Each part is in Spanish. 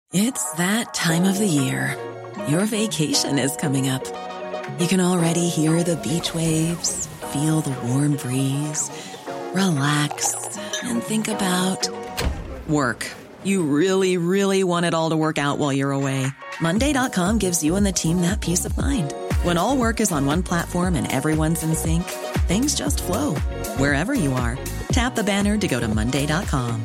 It's that time of the year. Your vacation is coming up. You can already hear the beach waves, feel the warm breeze, relax, and think about work. You really, really want it all to work out while you're away. Monday.com gives you and the team that peace of mind. When all work is on one platform and everyone's in sync, things just flow. Wherever you are, tap the banner to go to Monday.com.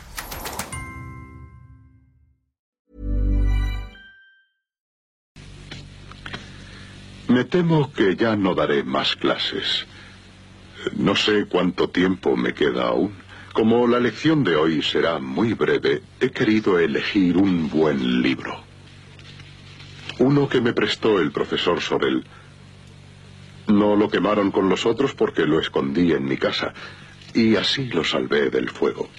Me temo que ya no daré más clases. No sé cuánto tiempo me queda aún. Como la lección de hoy será muy breve, he querido elegir un buen libro. Uno que me prestó el profesor Sorel. No lo quemaron con los otros porque lo escondí en mi casa, y así lo salvé del fuego.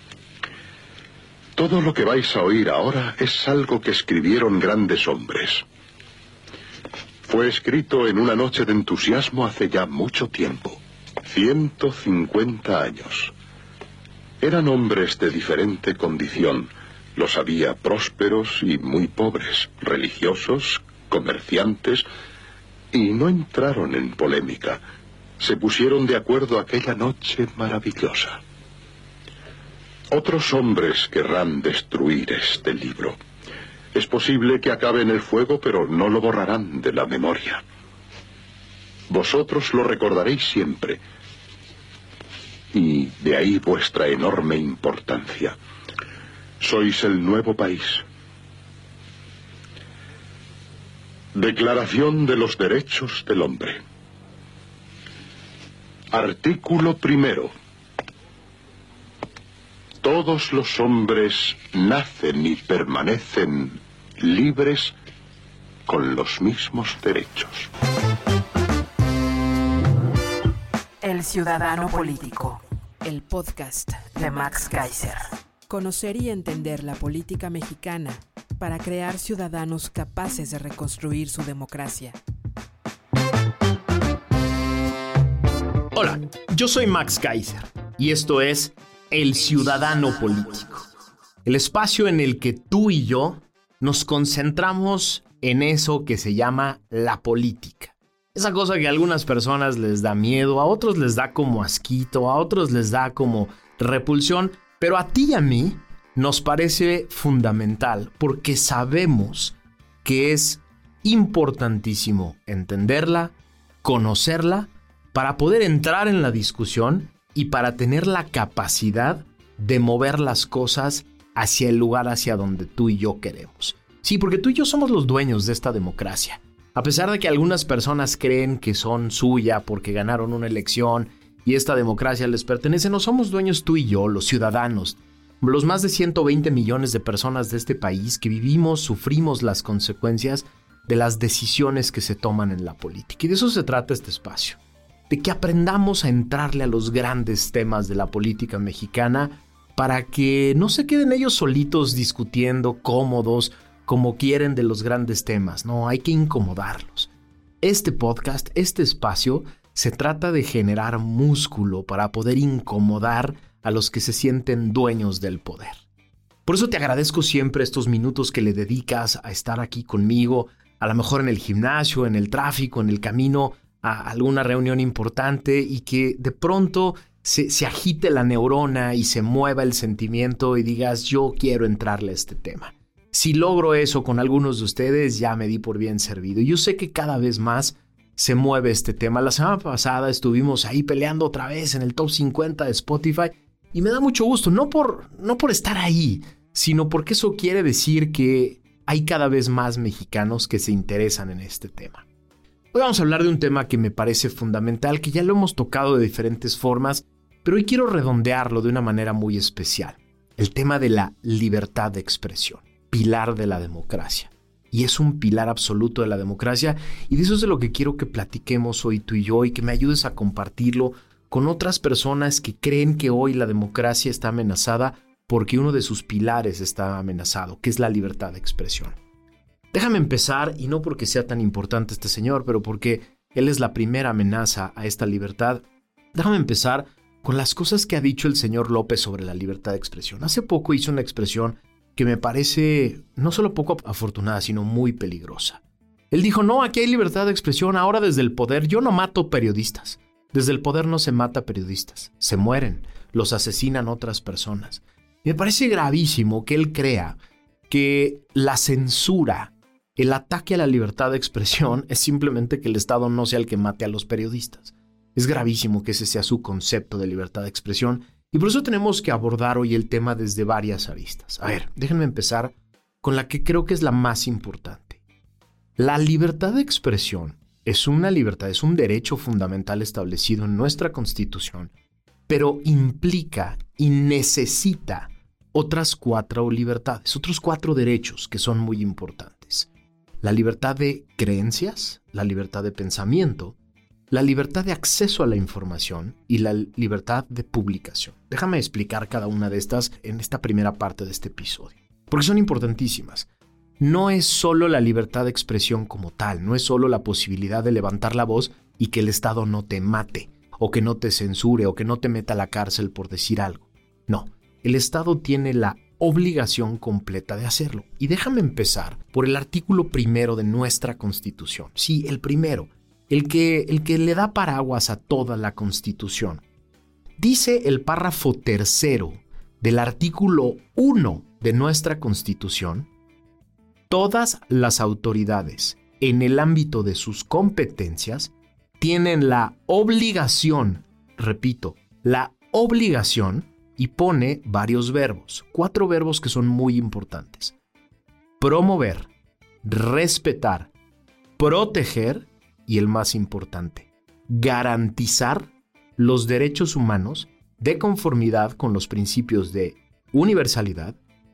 Todo lo que vais a oír ahora es algo que escribieron grandes hombres. Fue escrito en una noche de entusiasmo hace ya mucho tiempo, 150 años. Eran hombres de diferente condición. Los había prósperos y muy pobres, religiosos, comerciantes, y no entraron en polémica. Se pusieron de acuerdo aquella noche maravillosa. Otros hombres querrán destruir este libro. Es posible que acabe en el fuego, pero no lo borrarán de la memoria. Vosotros lo recordaréis siempre. Y de ahí vuestra enorme importancia. Sois el nuevo país. Declaración de los Derechos del Hombre. Artículo 1. Todos los hombres nacen y permanecen libres con los mismos derechos. El Ciudadano Político, el podcast de Max Kaiser. Conocer y entender la política mexicana para crear ciudadanos capaces de reconstruir su democracia. Hola, yo soy Max Kaiser y esto es El Ciudadano Político, el espacio en el que tú y yo nos concentramos en eso que se llama la política. Esa cosa que a algunas personas les da miedo, a otros les da como asquito, a otros les da como repulsión, pero a ti y a mí nos parece fundamental porque sabemos que es importantísimo entenderla, conocerla, para poder entrar en la discusión y para tener la capacidad de mover las cosas hacia el lugar hacia donde tú y yo queremos. Sí, porque tú y yo somos los dueños de esta democracia. A pesar de que algunas personas creen que son suya porque ganaron una elección y esta democracia les pertenece, no somos dueños tú y yo, los ciudadanos, los más de 120 millones de personas de este país que vivimos, sufrimos las consecuencias de las decisiones que se toman en la política. Y de eso se trata este espacio, de que aprendamos a entrarle a los grandes temas de la política mexicana para que no se queden ellos solitos discutiendo cómodos como quieren de los grandes temas. No, hay que incomodarlos. Este podcast, este espacio, se trata de generar músculo para poder incomodar a los que se sienten dueños del poder. Por eso te agradezco siempre estos minutos que le dedicas a estar aquí conmigo, a lo mejor en el gimnasio, en el tráfico, en el camino a alguna reunión importante, y que de pronto se agite la neurona y se mueva el sentimiento y digas, yo quiero entrarle a este tema. Si logro eso con algunos de ustedes, ya me di por bien servido. Yo sé que cada vez más se mueve este tema. La semana pasada estuvimos ahí peleando otra vez en el top 50 de Spotify y me da mucho gusto, no por estar ahí, sino porque eso quiere decir que hay cada vez más mexicanos que se interesan en este tema. Hoy vamos a hablar de un tema que me parece fundamental, que ya lo hemos tocado de diferentes formas, pero hoy quiero redondearlo de una manera muy especial. El tema de la libertad de expresión, pilar de la democracia. Y es un pilar absoluto de la democracia, y de eso es de lo que quiero que platiquemos hoy tú y yo, y que me ayudes a compartirlo con otras personas que creen que hoy la democracia está amenazada porque uno de sus pilares está amenazado, que es la libertad de expresión. Déjame empezar, y no porque sea tan importante este señor, pero porque él es la primera amenaza a esta libertad. Déjame empezar con las cosas que ha dicho el señor López sobre la libertad de expresión. Hace poco hizo una expresión que me parece no solo poco afortunada, sino muy peligrosa. Él dijo, no, aquí hay libertad de expresión, ahora desde el poder yo no mato periodistas. Desde el poder no se mata periodistas, se mueren, los asesinan otras personas. Y me parece gravísimo que él crea que la censura, el ataque a la libertad de expresión es simplemente que el Estado no sea el que mate a los periodistas. Es gravísimo que ese sea su concepto de libertad de expresión y por eso tenemos que abordar hoy el tema desde varias aristas. A ver, déjenme empezar con la que creo que es la más importante. La libertad de expresión es una libertad, es un derecho fundamental establecido en nuestra Constitución, pero implica y necesita otras 4 libertades, otros 4 derechos que son muy importantes. La libertad de creencias, la libertad de pensamiento, la libertad de acceso a la información y la libertad de publicación. Déjame explicar cada una de estas en esta primera parte de este episodio, porque son importantísimas. No es solo la libertad de expresión como tal, no es solo la posibilidad de levantar la voz y que el Estado no te mate, o que no te censure, o que no te meta a la cárcel por decir algo. No, el Estado tiene la obligación completa de hacerlo. Y déjame empezar por el artículo 1 de nuestra Constitución. Sí, el primero, el que le da paraguas a toda la Constitución. Dice el párrafo 3 del artículo 1 de nuestra Constitución: todas las autoridades, en el ámbito de sus competencias, tienen la obligación, repito, la obligación, y pone varios verbos, 4 verbos que son muy importantes: promover, respetar, proteger y el más importante, garantizar los derechos humanos de conformidad con los principios de universalidad,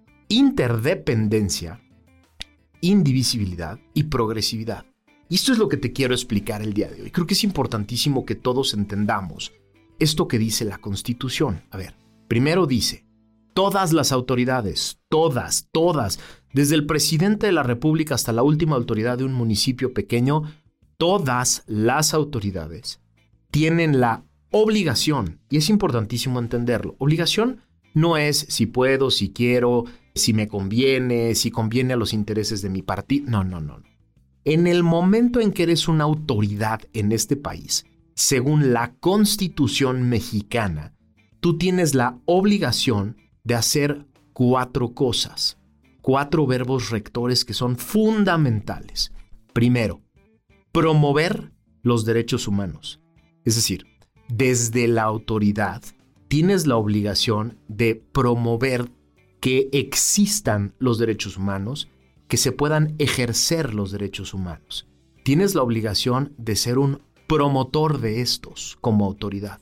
interdependencia, indivisibilidad y progresividad. Y esto es lo que te quiero explicar el día de hoy. Creo que es importantísimo que todos entendamos esto que dice la Constitución. A ver, primero dice, todas las autoridades, todas, desde el presidente de la República hasta la última autoridad de un municipio pequeño, todas las autoridades tienen la obligación, y es importantísimo entenderlo. Obligación no es si puedo, si quiero, si me conviene, si conviene a los intereses de mi partido. No. En el momento en que eres una autoridad en este país, según la Constitución mexicana, tú tienes la obligación de hacer 4 cosas, 4 verbos rectores que son fundamentales. Primero, promover los derechos humanos. Es decir, desde la autoridad tienes la obligación de promover que existan los derechos humanos, que se puedan ejercer los derechos humanos. Tienes la obligación de ser un promotor de estos como autoridad.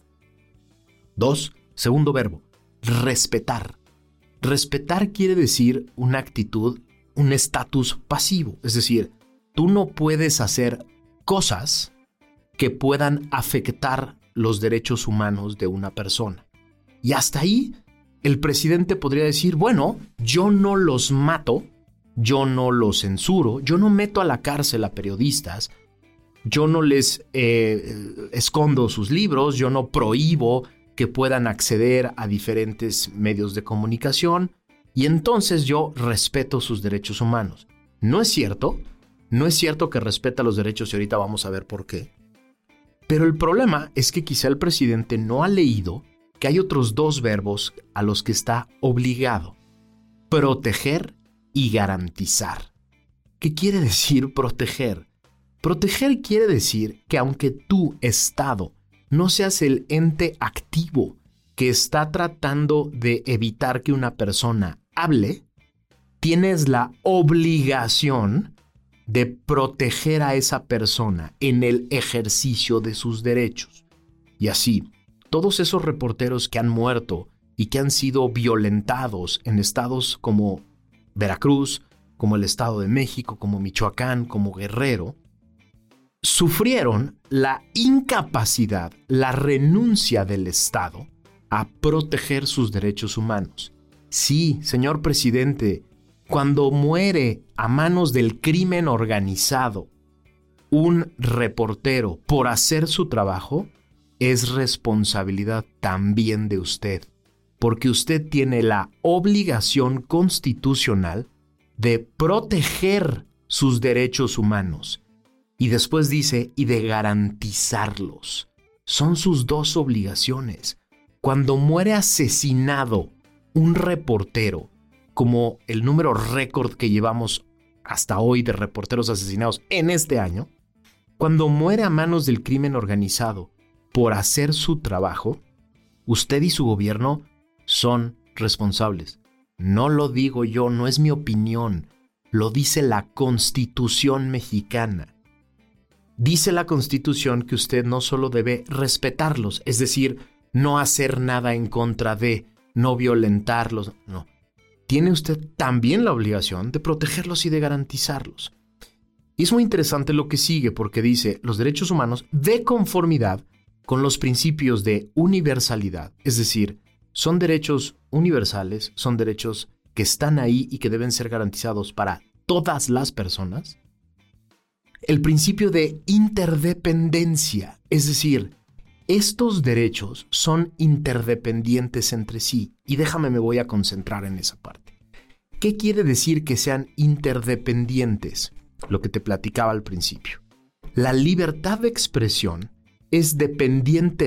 2, segundo verbo, respetar. Respetar quiere decir una actitud, un estatus pasivo. Es decir, tú no puedes hacer cosas que puedan afectar los derechos humanos de una persona. Y hasta ahí, el presidente podría decir, bueno, yo no los mato, yo no los censuro, yo no meto a la cárcel a periodistas, yo no les escondo sus libros, yo no prohíbo que puedan acceder a diferentes medios de comunicación y entonces yo respeto sus derechos humanos. ¿No es cierto? No es cierto que respeta los derechos y ahorita vamos a ver por qué. Pero el problema es que quizá el presidente no ha leído que hay otros 2 verbos a los que está obligado: proteger y garantizar. ¿Qué quiere decir proteger? Proteger quiere decir que aunque tú, Estado, no seas el ente activo que está tratando de evitar que una persona hable, tienes la obligación de proteger a esa persona en el ejercicio de sus derechos. Y así, todos esos reporteros que han muerto y que han sido violentados en estados como Veracruz, como el Estado de México, como Michoacán, como Guerrero, sufrieron la incapacidad, la renuncia del Estado a proteger sus derechos humanos. Sí, señor presidente, cuando muere a manos del crimen organizado un reportero por hacer su trabajo, es responsabilidad también de usted porque usted tiene la obligación constitucional de proteger sus derechos humanos. Y después dice, y de garantizarlos. Son sus dos obligaciones. Cuando muere asesinado un reportero, como el número récord que llevamos hasta hoy de reporteros asesinados en este año, cuando muere a manos del crimen organizado por hacer su trabajo, usted y su gobierno son responsables. No lo digo yo, no es mi opinión, lo dice la Constitución mexicana. Dice la Constitución que usted no solo debe respetarlos, es decir, no hacer nada en contra de, no violentarlos, no. Tiene usted también la obligación de protegerlos y de garantizarlos. Y es muy interesante lo que sigue porque dice los derechos humanos de conformidad con los principios de universalidad, es decir, son derechos universales, son derechos que están ahí y que deben ser garantizados para todas las personas. El principio de interdependencia, es decir, estos derechos son interdependientes entre sí. Y me voy a concentrar en esa parte. ¿Qué quiere decir que sean interdependientes? Lo que te platicaba al principio. La libertad de expresión es depende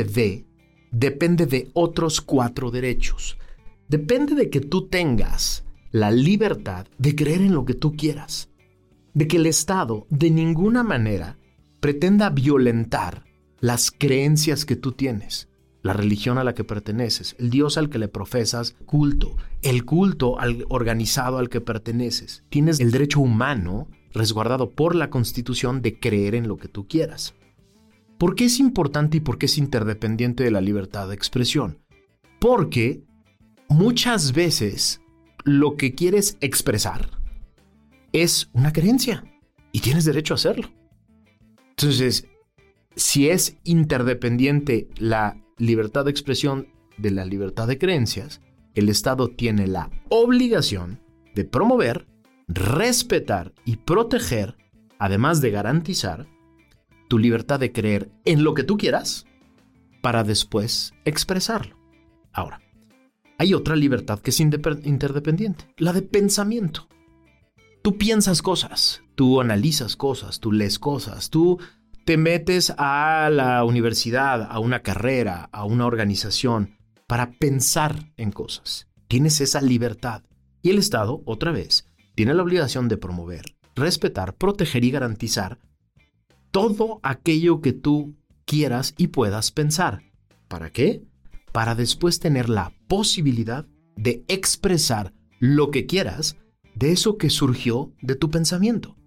de otros 4 derechos. Depende de que tú tengas la libertad de creer en lo que tú quieras. De que el Estado de ninguna manera pretenda violentar las creencias que tú tienes, la religión a la que perteneces, el Dios al que le profesas culto, el culto organizado al que perteneces. Tienes el derecho humano resguardado por la Constitución de creer en lo que tú quieras. ¿Por qué es importante y por qué es interdependiente de la libertad de expresión? Porque muchas veces lo que quieres expresar es una creencia y tienes derecho a hacerlo. Entonces, si es interdependiente la libertad de expresión de la libertad de creencias, el Estado tiene la obligación de promover, respetar y proteger, además de garantizar, tu libertad de creer en lo que tú quieras para después expresarlo. Ahora, hay otra libertad que es interdependiente, la de pensamiento. Tú piensas cosas, tú analizas cosas, tú lees cosas, tú te metes a la universidad, a una carrera, a una organización para pensar en cosas. Tienes esa libertad. Y el Estado, otra vez, tiene la obligación de promover, respetar, proteger y garantizar todo aquello que tú quieras y puedas pensar. ¿Para qué? Para después tener la posibilidad de expresar lo que quieras de eso que surgió de tu pensamiento.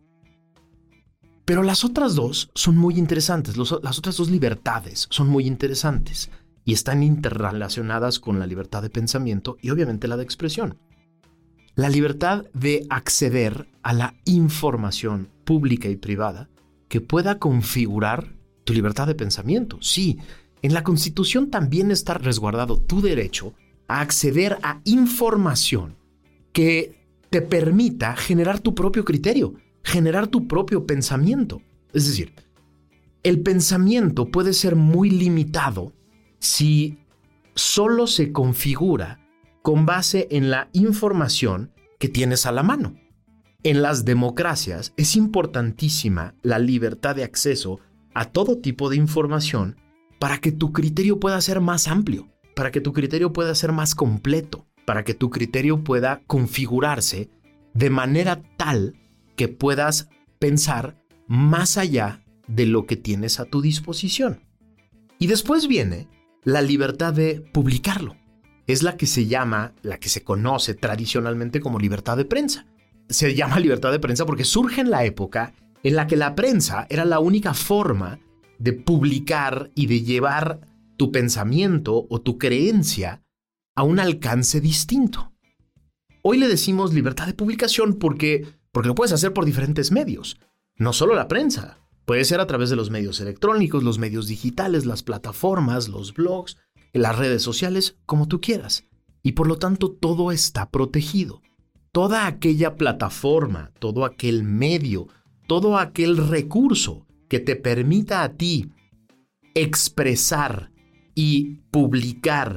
Pero las otras dos son muy interesantes, las otras dos libertades son muy interesantes y están interrelacionadas con la libertad de pensamiento y obviamente la de expresión. La libertad de acceder a la información pública y privada que pueda configurar tu libertad de pensamiento. Sí, en la Constitución también está resguardado tu derecho a acceder a información que te permita generar tu propio criterio, generar tu propio pensamiento. Es decir, el pensamiento puede ser muy limitado si solo se configura con base en la información que tienes a la mano. En las democracias es importantísima la libertad de acceso a todo tipo de información para que tu criterio pueda ser más amplio, para que tu criterio pueda ser más completo, para que tu criterio pueda configurarse de manera tal que puedas pensar más allá de lo que tienes a tu disposición. Y después viene la libertad de publicarlo. Es la que se conoce tradicionalmente como libertad de prensa. Se llama libertad de prensa porque surge en la época en la que la prensa era la única forma de publicar y de llevar tu pensamiento o tu creencia a un alcance distinto. Hoy le decimos libertad de publicación porque lo puedes hacer por diferentes medios. No solo la prensa. Puede ser a través de los medios electrónicos, los medios digitales, las plataformas, los blogs, las redes sociales, como tú quieras. Y por lo tanto todo está protegido. Toda aquella plataforma, todo aquel medio, todo aquel recurso que te permita a ti expresar y publicar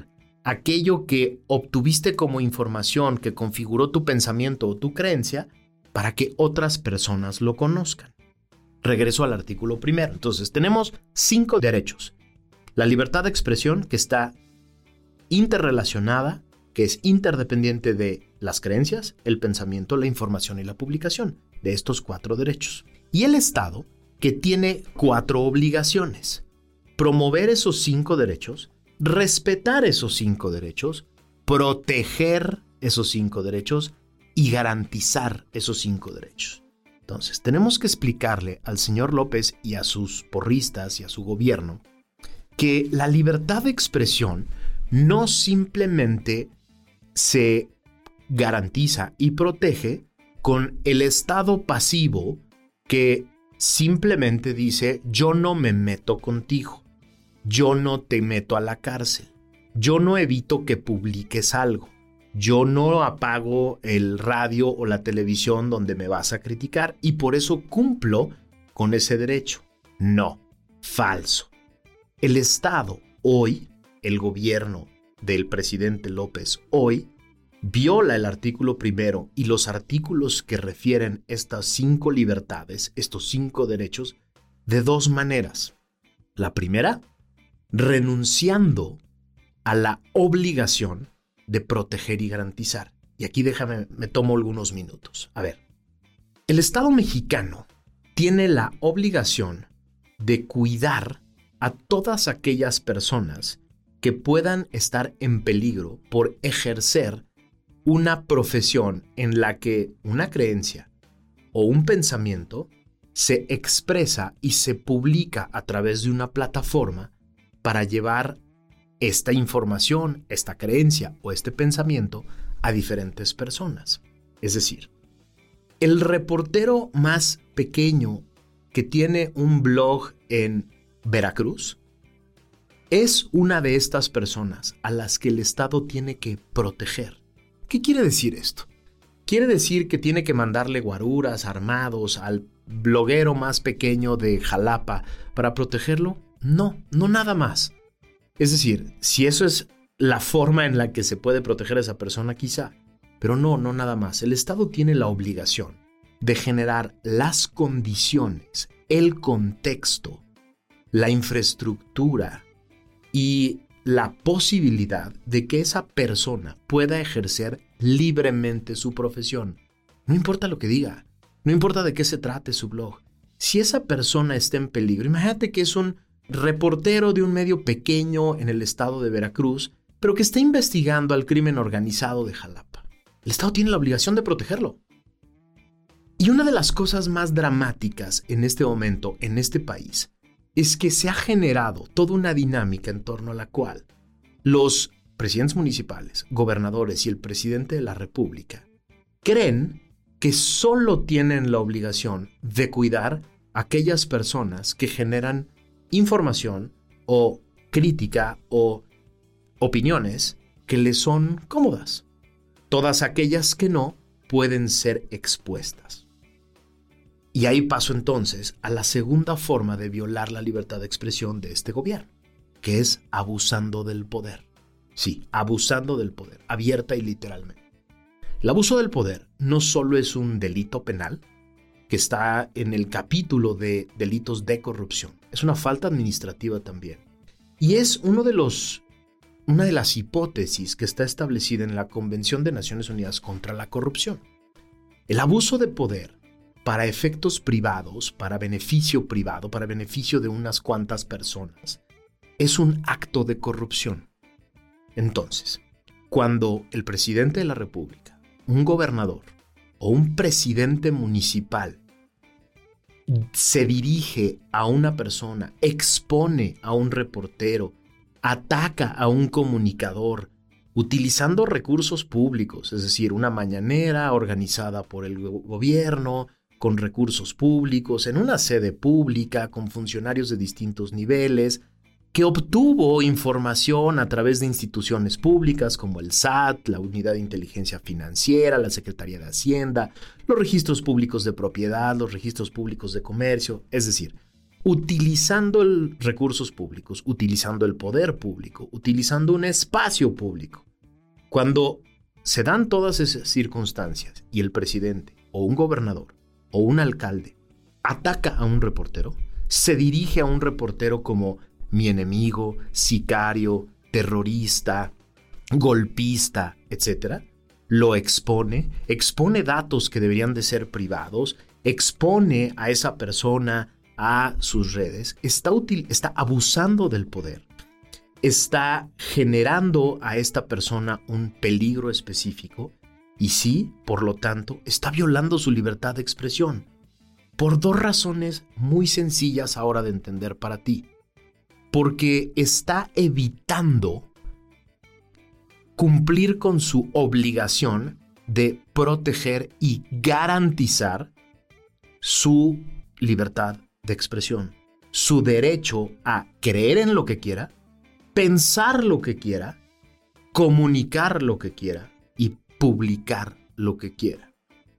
aquello que obtuviste como información que configuró tu pensamiento o tu creencia para que otras personas lo conozcan. Regreso al artículo primero. Entonces, tenemos 5 derechos. La libertad de expresión, que está interrelacionada, que es interdependiente de las creencias, el pensamiento, la información y la publicación, de estos 4 derechos. Y el Estado, que tiene 4 obligaciones: promover esos 5 derechos, respetar esos 5 derechos, proteger esos 5 derechos y garantizar esos 5 derechos. Entonces, tenemos que explicarle al señor López y a sus porristas y a su gobierno que la libertad de expresión no simplemente se garantiza y protege con el Estado pasivo que simplemente dice: yo no me meto contigo, yo no te meto a la cárcel, yo no evito que publiques algo, yo no apago el radio o la televisión donde me vas a criticar y por eso cumplo con ese derecho. No, falso. El Estado hoy, el gobierno del presidente López hoy, viola el artículo primero y los artículos que refieren estas 5 libertades, estos 5 derechos, de 2 maneras. La primera, renunciando a la obligación de proteger y garantizar. Y aquí me tomo algunos minutos. A ver, el Estado mexicano tiene la obligación de cuidar a todas aquellas personas que puedan estar en peligro por ejercer una profesión en la que una creencia o un pensamiento se expresa y se publica a través de una plataforma para llevar esta información, esta creencia o este pensamiento a diferentes personas. Es decir, el reportero más pequeño que tiene un blog en Veracruz es una de estas personas a las que el Estado tiene que proteger. ¿Qué quiere decir esto? ¿Quiere decir que tiene que mandarle guaruras armados al bloguero más pequeño de Jalapa para protegerlo? No, no nada más. Es decir, si eso es la forma en la que se puede proteger a esa persona, quizá. Pero no nada más. El Estado tiene la obligación de generar las condiciones, el contexto, la infraestructura y la posibilidad de que esa persona pueda ejercer libremente su profesión. No importa lo que diga, no importa de qué se trate su blog. Si esa persona está en peligro, imagínate que es un reportero de un medio pequeño en el estado de Veracruz, pero que está investigando al crimen organizado de Jalapa. El Estado tiene la obligación de protegerlo. Y una de las cosas más dramáticas en este momento, en este país, es que se ha generado toda una dinámica en torno a la cual los presidentes municipales, gobernadores y el presidente de la República creen que solo tienen la obligación de cuidar a aquellas personas que generan información o crítica o opiniones que les son cómodas. Todas aquellas que no pueden ser expuestas. Y ahí paso entonces a la segunda forma de violar la libertad de expresión de este gobierno, que es abusando del poder. Sí, abusando del poder, abierta y literalmente. El abuso del poder no solo es un delito penal, que está en el capítulo de delitos de corrupción, es una falta administrativa también. Y es una de las hipótesis que está establecida en la Convención de Naciones Unidas contra la Corrupción. El abuso de poder para efectos privados, para beneficio privado, para beneficio de unas cuantas personas, es un acto de corrupción. Entonces, cuando el presidente de la República, un gobernador o un presidente municipal se dirige a una persona, expone a un reportero, ataca a un comunicador, utilizando recursos públicos, es decir, una mañanera organizada por el gobierno, con recursos públicos, en una sede pública, con funcionarios de distintos niveles, que obtuvo información a través de instituciones públicas como el SAT, la Unidad de Inteligencia Financiera, la Secretaría de Hacienda, los registros públicos de propiedad, los registros públicos de comercio, es decir, utilizando recursos públicos, utilizando el poder público, utilizando un espacio público. Cuando se dan todas esas circunstancias y el presidente o un gobernador o un alcalde ataca a un reportero, se dirige a un reportero como mi enemigo, sicario, terrorista, golpista, etc., lo expone datos que deberían de ser privados, expone a esa persona a sus redes, está abusando del poder, está generando a esta persona un peligro específico y sí, por lo tanto, está violando su libertad de expresión. Por dos razones muy sencillas ahora de entender para ti. Porque está evitando cumplir con su obligación de proteger y garantizar su libertad de expresión, su derecho a creer en lo que quiera, pensar lo que quiera, comunicar lo que quiera y publicar lo que quiera.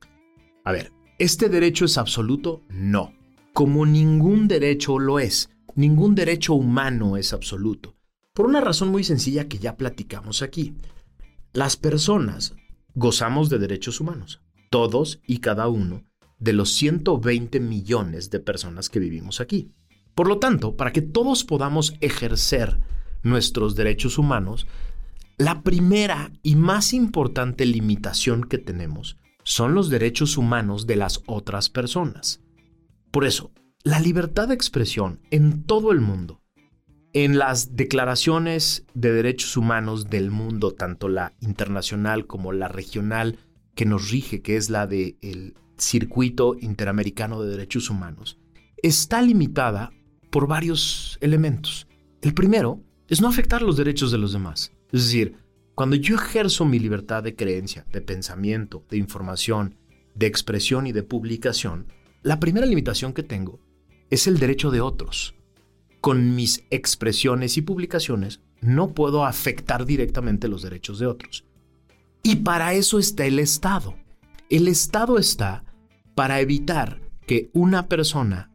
A ver, ¿este derecho es absoluto? No. Como ningún derecho lo es. Ningún derecho humano es absoluto. Por una razón muy sencilla que ya platicamos aquí. Las personas gozamos de derechos humanos. Todos y cada uno de los 120 millones de personas que vivimos aquí. Por lo tanto, para que todos podamos ejercer nuestros derechos humanos, la primera y más importante limitación que tenemos son los derechos humanos de las otras personas. Por eso, la libertad de expresión en todo el mundo, en las declaraciones de derechos humanos del mundo, tanto la internacional como la regional que nos rige, que es la del Circuito Interamericano de Derechos Humanos, está limitada por varios elementos. El primero es no afectar los derechos de los demás. Es decir, cuando yo ejerzo mi libertad de creencia, de pensamiento, de información, de expresión y de publicación, la primera limitación que tengo es el derecho de otros. Con mis expresiones y publicaciones no puedo afectar directamente los derechos de otros. Y para eso está el Estado. El Estado está para evitar que una persona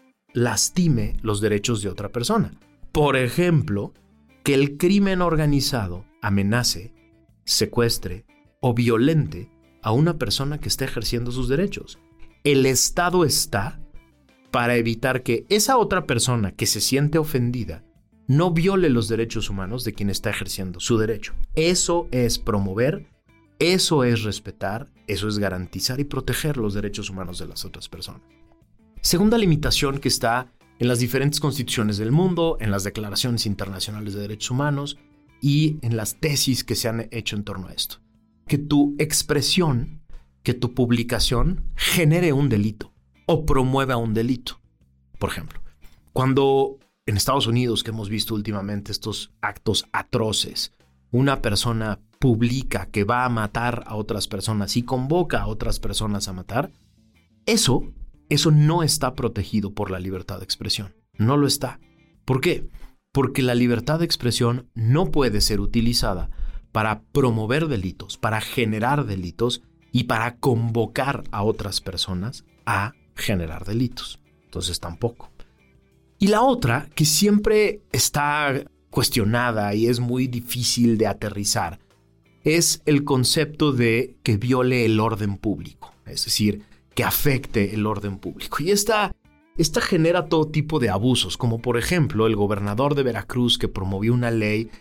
lastime los derechos de otra persona. Por ejemplo, que el crimen organizado amenace, secuestre o violente a una persona que esté ejerciendo sus derechos. El Estado está para evitar que esa otra persona que se siente ofendida no viole los derechos humanos de quien está ejerciendo su derecho. Eso es promover, eso es respetar, eso es garantizar y proteger los derechos humanos de las otras personas. Segunda limitación que está en las diferentes constituciones del mundo, en las declaraciones internacionales de derechos humanos y en las tesis que se han hecho en torno a esto. Que tu expresión, que tu publicación genere un delito o promueva un delito. Por ejemplo, cuando en Estados Unidos, que hemos visto últimamente estos actos atroces, una persona publica que va a matar a otras personas y convoca a otras personas a matar, eso no está protegido por la libertad de expresión. No lo está. ¿Por qué? Porque la libertad de expresión no puede ser utilizada para promover delitos, para generar delitos y para convocar a otras personas a generar delitos. Entonces tampoco. Y la otra, que siempre está cuestionada y es muy difícil de aterrizar, es el concepto de que viole el orden público. Es decir, que afecte el orden público. Y esta genera todo tipo de abusos, como por ejemplo el gobernador de Veracruz que promovió una ley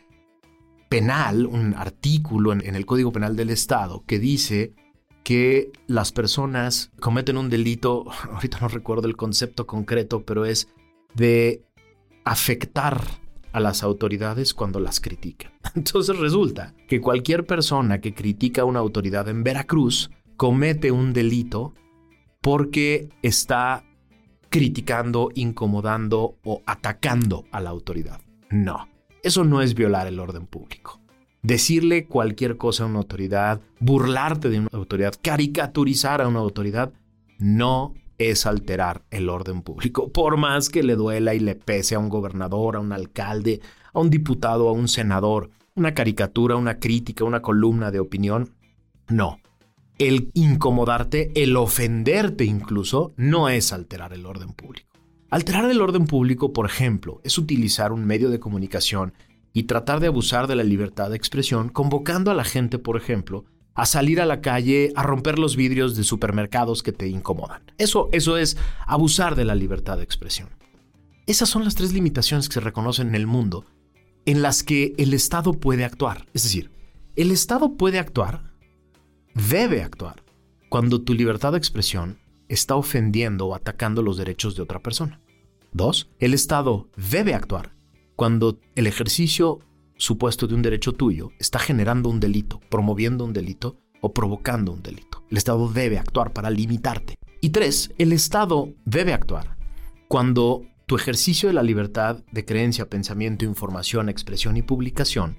penal, un artículo en el Código Penal del Estado que dice que las personas cometen un delito, ahorita no recuerdo el concepto concreto, pero es de afectar a las autoridades cuando las critican. Entonces resulta que cualquier persona que critica a una autoridad en Veracruz comete un delito porque está criticando, incomodando o atacando a la autoridad. No, eso no es violar el orden público. Decirle cualquier cosa a una autoridad, burlarte de una autoridad, caricaturizar a una autoridad, no es alterar el orden público. Por más que le duela y le pese a un gobernador, a un alcalde, a un diputado, a un senador, una caricatura, una crítica, una columna de opinión, no. El incomodarte, el ofenderte incluso, no es alterar el orden público. Alterar el orden público, por ejemplo, es utilizar un medio de comunicación y tratar de abusar de la libertad de expresión, convocando a la gente, por ejemplo, a salir a la calle, a romper los vidrios de supermercados que te incomodan. Eso es abusar de la libertad de expresión. Esas son las 3 limitaciones que se reconocen en el mundo en las que el Estado puede actuar. Es decir, el Estado puede actuar, debe actuar, cuando tu libertad de expresión está ofendiendo o atacando los derechos de otra persona. 2, el Estado debe actuar cuando el ejercicio supuesto de un derecho tuyo está generando un delito, promoviendo un delito o provocando un delito. El Estado debe actuar para limitarte. Y 3, el Estado debe actuar cuando tu ejercicio de la libertad de creencia, pensamiento, información, expresión y publicación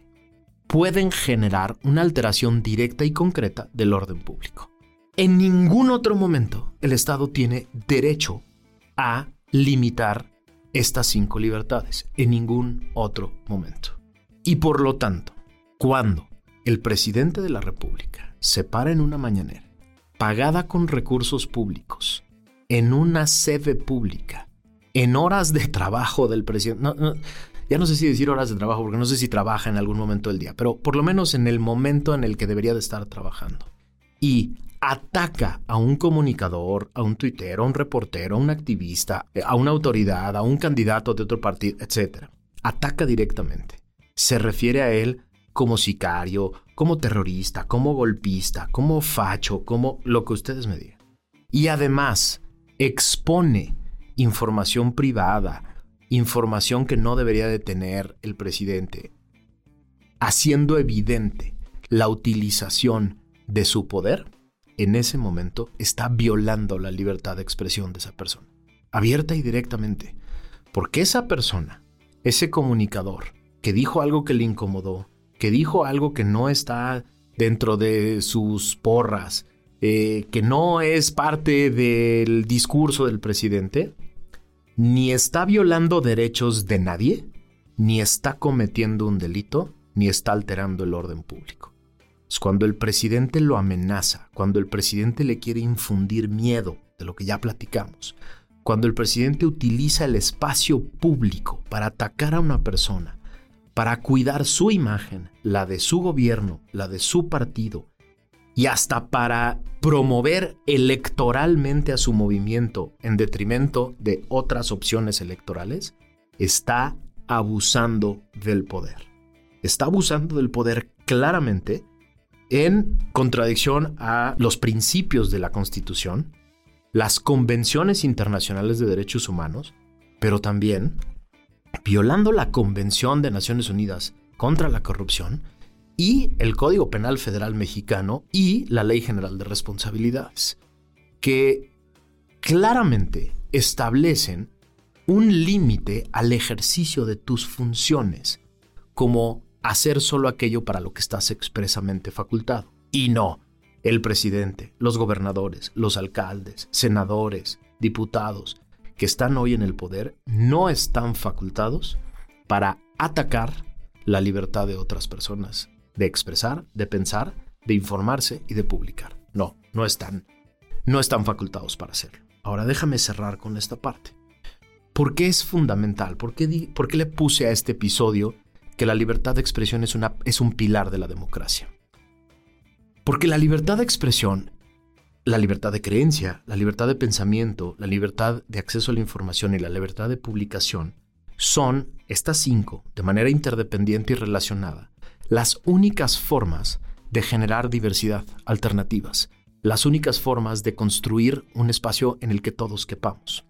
pueden generar una alteración directa y concreta del orden público. En ningún otro momento el Estado tiene derecho a limitar estas 5 libertades. En ningún otro momento. Y por lo tanto, cuando el presidente de la República se para en una mañanera, pagada con recursos públicos, en una sede pública, en horas de trabajo del presidente, ya no sé si decir horas de trabajo, porque no sé si trabaja en algún momento del día, pero por lo menos en el momento en el que debería de estar trabajando, y ataca a un comunicador, a un tuitero, a un reportero, a un activista, a una autoridad, a un candidato de otro partido, etc. Ataca directamente. Se refiere a él como sicario, como terrorista, como golpista, como facho, como lo que ustedes me digan. Y además expone información privada, información que no debería de tener el presidente, haciendo evidente la utilización de su poder. En ese momento está violando la libertad de expresión de esa persona, abierta y directamente, porque esa persona, ese comunicador que dijo algo que le incomodó, que dijo algo que no está dentro de sus porras, que no es parte del discurso del presidente, ni está violando derechos de nadie, ni está cometiendo un delito, ni está alterando el orden público. Es cuando el presidente lo amenaza, cuando el presidente le quiere infundir miedo, de lo que ya platicamos, cuando el presidente utiliza el espacio público para atacar a una persona, para cuidar su imagen, la de su gobierno, la de su partido, y hasta para promover electoralmente a su movimiento en detrimento de otras opciones electorales, está abusando del poder. Está abusando del poder claramente, en contradicción a los principios de la Constitución, las convenciones internacionales de derechos humanos, pero también violando la Convención de Naciones Unidas contra la corrupción y el Código Penal Federal Mexicano y la Ley General de Responsabilidades, que claramente establecen un límite al ejercicio de tus funciones, como hacer solo aquello para lo que estás expresamente facultado. Y no, el presidente, los gobernadores, los alcaldes, senadores, diputados que están hoy en el poder no están facultados para atacar la libertad de otras personas, de expresar, de pensar, de informarse y de publicar. No están facultados para hacerlo. Ahora déjame cerrar con esta parte. ¿Por qué es fundamental? ¿Por qué le puse a este episodio que la libertad de expresión es un pilar de la democracia? Porque la libertad de expresión, la libertad de creencia, la libertad de pensamiento, la libertad de acceso a la información y la libertad de publicación son, estas 5, de manera interdependiente y relacionada, las únicas formas de generar diversidad, alternativas, las únicas formas de construir un espacio en el que todos quepamos.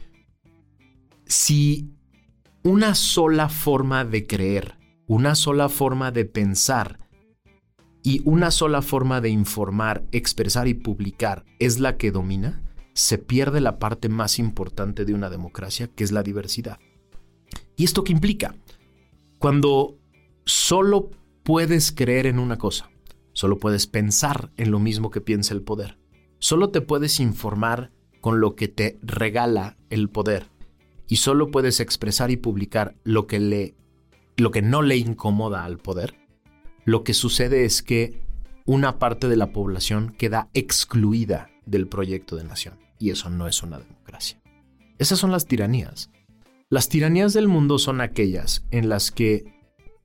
Si una sola forma de creer, una sola forma de pensar y una sola forma de informar, expresar y publicar es la que domina, se pierde la parte más importante de una democracia, que es la diversidad. ¿Y esto qué implica? Cuando solo puedes creer en una cosa, solo puedes pensar en lo mismo que piensa el poder, solo te puedes informar con lo que te regala el poder y solo puedes expresar y publicar lo que no le incomoda al poder, lo que sucede es que una parte de la población queda excluida del proyecto de nación, y eso no es una democracia. Esas son las tiranías. Las tiranías del mundo son aquellas en las que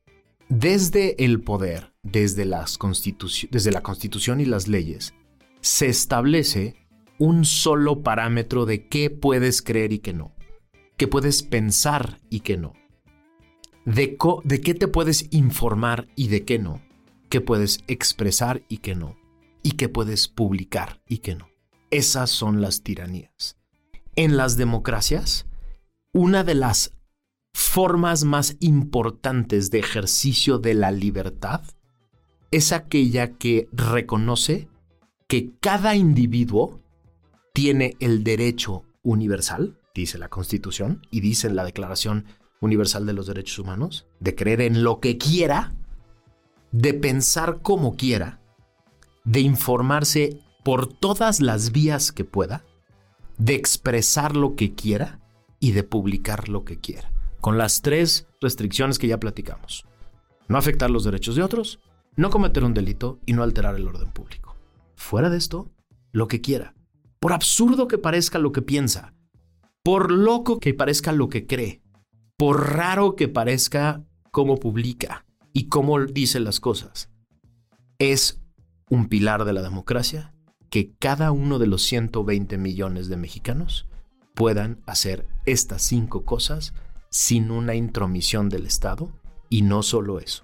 desde el poder, desde la Constitución y las leyes, se establece un solo parámetro de qué puedes creer y qué no, qué puedes pensar y qué no, de qué te puedes informar y de qué no, qué puedes expresar y qué no, y qué puedes publicar y qué no. Esas son las tiranías. En las democracias, una de las formas más importantes de ejercicio de la libertad es aquella que reconoce que cada individuo tiene el derecho universal, dice la Constitución y dice en la Declaración Universal de los Derechos Humanos, de creer en lo que quiera, de pensar como quiera, de informarse por todas las vías que pueda, de expresar lo que quiera y de publicar lo que quiera, con las 3 restricciones que ya platicamos. No afectar los derechos de otros, no cometer un delito y no alterar el orden público. Fuera de esto, lo que quiera. Por absurdo que parezca lo que piensa, por loco que parezca lo que cree, por raro que parezca cómo publica y cómo dice las cosas, es un pilar de la democracia que cada uno de los 120 millones de mexicanos puedan hacer estas 5 cosas sin una intromisión del Estado, y no solo eso,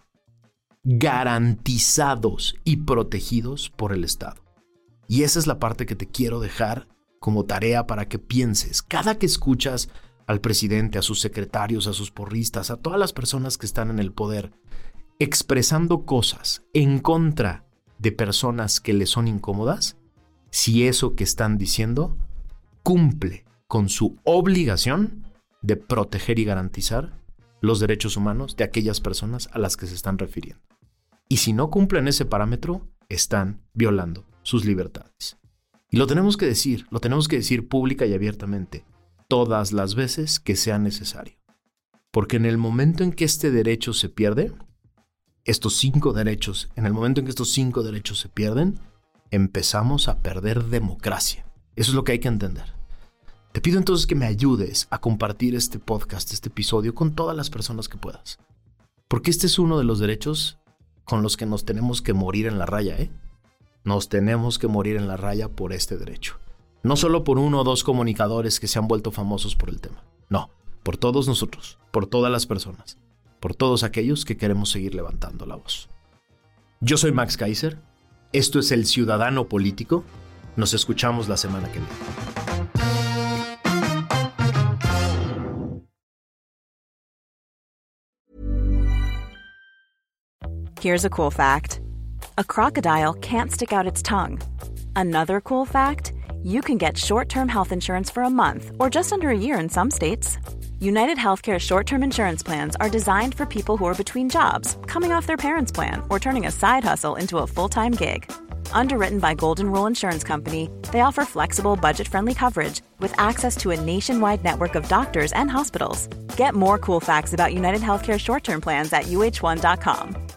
garantizados y protegidos por el Estado. Y esa es la parte que te quiero dejar como tarea para que pienses. Cada que escuchas al presidente, a sus secretarios, a sus porristas, a todas las personas que están en el poder, expresando cosas en contra de personas que les son incómodas, si eso que están diciendo cumple con su obligación de proteger y garantizar los derechos humanos de aquellas personas a las que se están refiriendo. Y si no cumplen ese parámetro, están violando sus libertades. Y lo tenemos que decir pública y abiertamente, todas las veces que sea necesario. Porque en el momento en que este derecho se pierde, en el momento en que estos 5 derechos se pierden, empezamos a perder democracia. Eso es lo que hay que entender. Te pido entonces que me ayudes a compartir este podcast, este episodio, con todas las personas que puedas. Porque este es uno de los derechos con los que nos tenemos que morir en la raya, Nos tenemos que morir en la raya por este derecho. No solo por 1 o 2 comunicadores que se han vuelto famosos por el tema. No, por todos nosotros, por todas las personas, por todos aquellos que queremos seguir levantando la voz. Yo soy Max Kaiser. Esto es El Ciudadano Político. Nos escuchamos la semana que viene. Here's a cool fact. A crocodile can't stick out its tongue. Another cool fact, you can get short-term health insurance for a month or just under a year in some states. United Healthcare short-term insurance plans are designed for people who are between jobs, coming off their parents' plan, or turning a side hustle into a full-time gig. Underwritten by Golden Rule Insurance Company, they offer flexible, budget-friendly coverage with access to a nationwide network of doctors and hospitals. Get more cool facts about United Healthcare short-term plans at uh1.com.